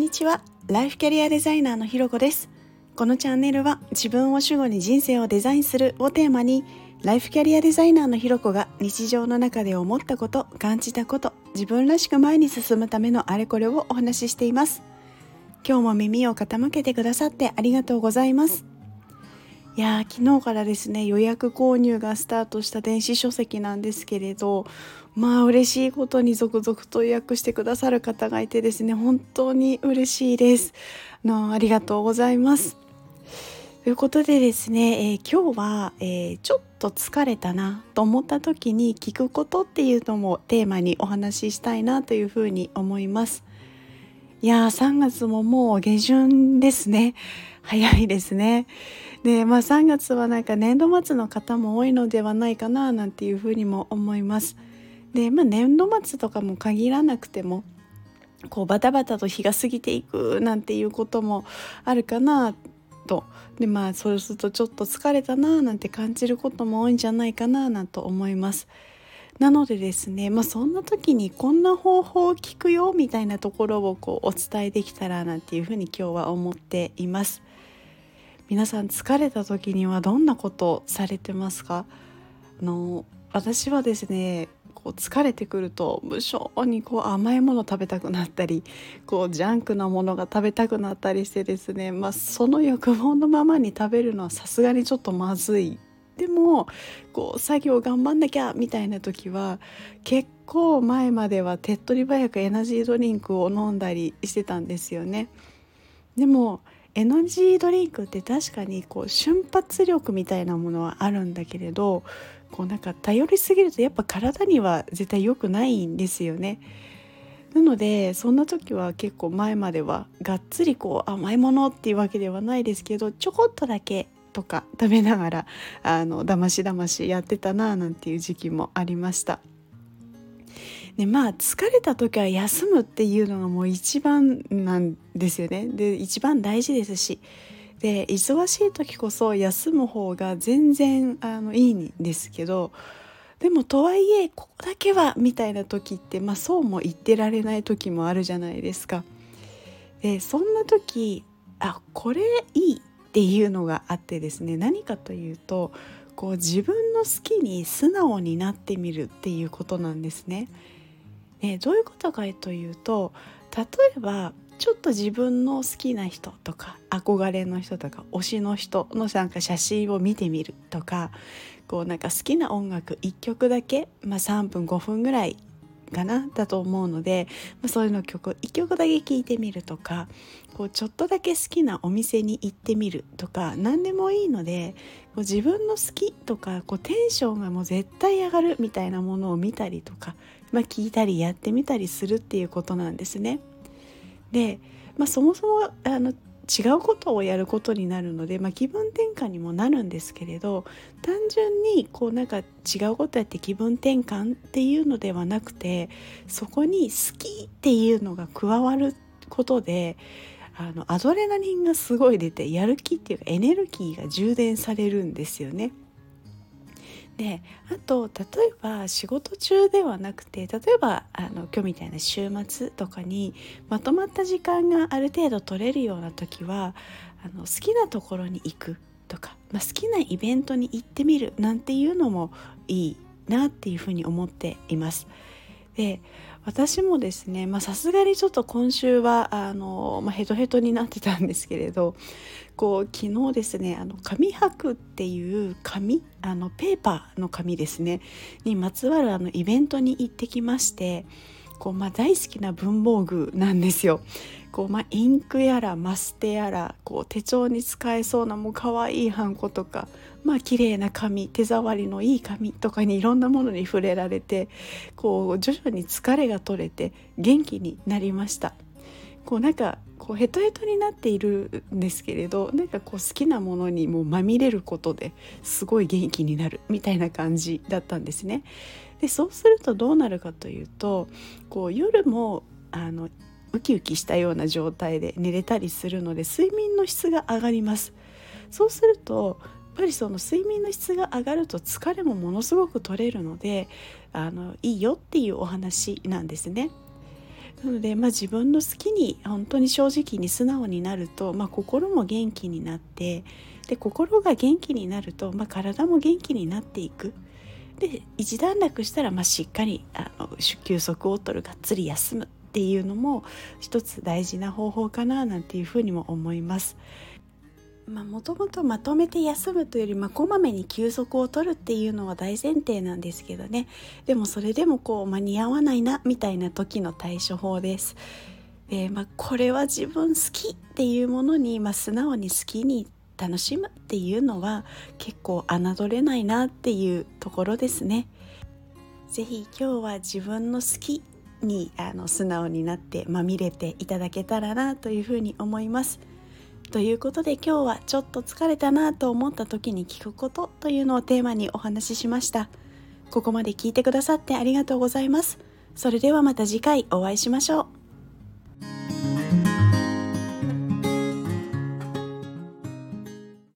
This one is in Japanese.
にちは。ライフキャリアデザイナーのひろこです。このチャンネルは自分を主語に人生をデザインするをテーマに、ライフキャリアデザイナーのひろこが日常の中で思ったこと、感じたこと、自分らしく前に進むためのあれこれをお話ししています。今日も耳を傾けてくださってありがとうございます。昨日からですね、予約購入がスタートした電子書籍なんですけれど、嬉しいことに続々と予約してくださる方がいてですね、本当に嬉しいです。ありがとうございます。ということでですね、今日は、ちょっと疲れたなと思った時に聞くことっていうのもテーマにお話ししたいなというふうに思います。3月ももう下旬ですね。早いですね。で、3月は年度末の方も多いのではないかななんていうふうにも思います。で、年度末とかも限らなくてもバタバタと日が過ぎていくなんていうこともあるかなと。で、そうするとちょっと疲れたななんて感じることも多いんじゃないかななんと思います。なのでですね、そんな時にこんな方法を聞くよみたいなところをお伝えできたらなんていうふうに今日は思っています。皆さん疲れた時にはどんなことをされてますか？私はですね、疲れてくると無性に甘いもの食べたくなったり、ジャンクなものが食べたくなったりしてですね、その欲望のままに食べるのはさすがにちょっとまずい。でも作業頑張んなきゃみたいな時は結構前までは手っ取り早くエナジードリンクを飲んだりしてたんですよね。でもエナジードリンクって確かに瞬発力みたいなものはあるんだけれど、頼りすぎるとやっぱ体には絶対良くないんですよね。なのでそんな時は結構前まではがっつり甘いものっていうわけではないですけど、ちょこっとだけとか食べながらだましだましやってたななんていう時期もありました。で、疲れた時は休むっていうのがもう一番なんですよね。で、一番大事ですし、で忙しい時こそ休む方が全然いいんですけど、でもとはいえここだけはみたいな時って、そうも言ってられない時もあるじゃないですか。でそんな時これいいっていうのがあってですね、何かというと自分の好きに素直になってみるっていうことなんですね。どういうことかというと、例えばちょっと自分の好きな人とか憧れの人とか推しの人の写真を見てみるとか、好きな音楽1曲だけ、3分5分ぐらいかなだと思うので、そういうの曲1曲だけ聴いてみるとか、ちょっとだけ好きなお店に行ってみるとか、何でもいいので自分の好きとかテンションがもう絶対上がるみたいなものを見たりとか、聞いたりやってみたりするっていうことなんですね。で、そもそも違うことをやることになるので、気分転換にもなるんですけれど、単純に違うことやって気分転換っていうのではなくて、そこに好きっていうのが加わることでアドレナリンがすごい出て、やる気っていうかエネルギーが充電されるんですよね。で、あと例えば仕事中ではなくて、例えば今日みたいな週末とかにまとまった時間がある程度取れるような時は好きなところに行くとか、好きなイベントに行ってみるなんていうのもいいなっていうふうに思っています。で、私もですね、さすがにちょっと今週はヘトヘトになってたんですけれど、昨日ですね、紙箔っていう紙ペーパーの紙ですねにまつわるイベントに行ってきまして、大好きな文房具なんですよ。インクやらマステやら手帳に使えそうなもう可愛いハンコとか、綺麗な紙、手触りのいい紙とかにいろんなものに触れられて、徐々に疲れが取れて元気になりました。ヘトヘトになっているんですけれど、好きなものにもうまみれることですごい元気になるみたいな感じだったんですね。で、そうするとどうなるかというと、夜もウキウキしたような状態で寝れたりするので、睡眠の質が上がります。そうするとやっぱりその睡眠の質が上がると疲れもものすごく取れるのでいいよっていうお話なんですね。 なので、自分の好きに本当に正直に素直になると、心も元気になって、で心が元気になると、体も元気になっていく。で一段落したら、しっかり休息を取る、がっつり休むっていうのも一つ大事な方法かななんていうふうにも思います。もともとまとめて休むというより、こまめに休息を取るっていうのは大前提なんですけどね。でもそれでも間に合わないなみたいな時の対処法です。これは自分好きっていうものに、素直に好きに楽しむっていうのは結構侮れないなっていうところですね。ぜひ今日は自分の好きに素直になって見れていただけたらなというふうに思います。ということで、今日はちょっと疲れたなと思った時に聞くことというのをテーマにお話ししました。ここまで聞いてくださってありがとうございます。それではまた次回お会いしましょう。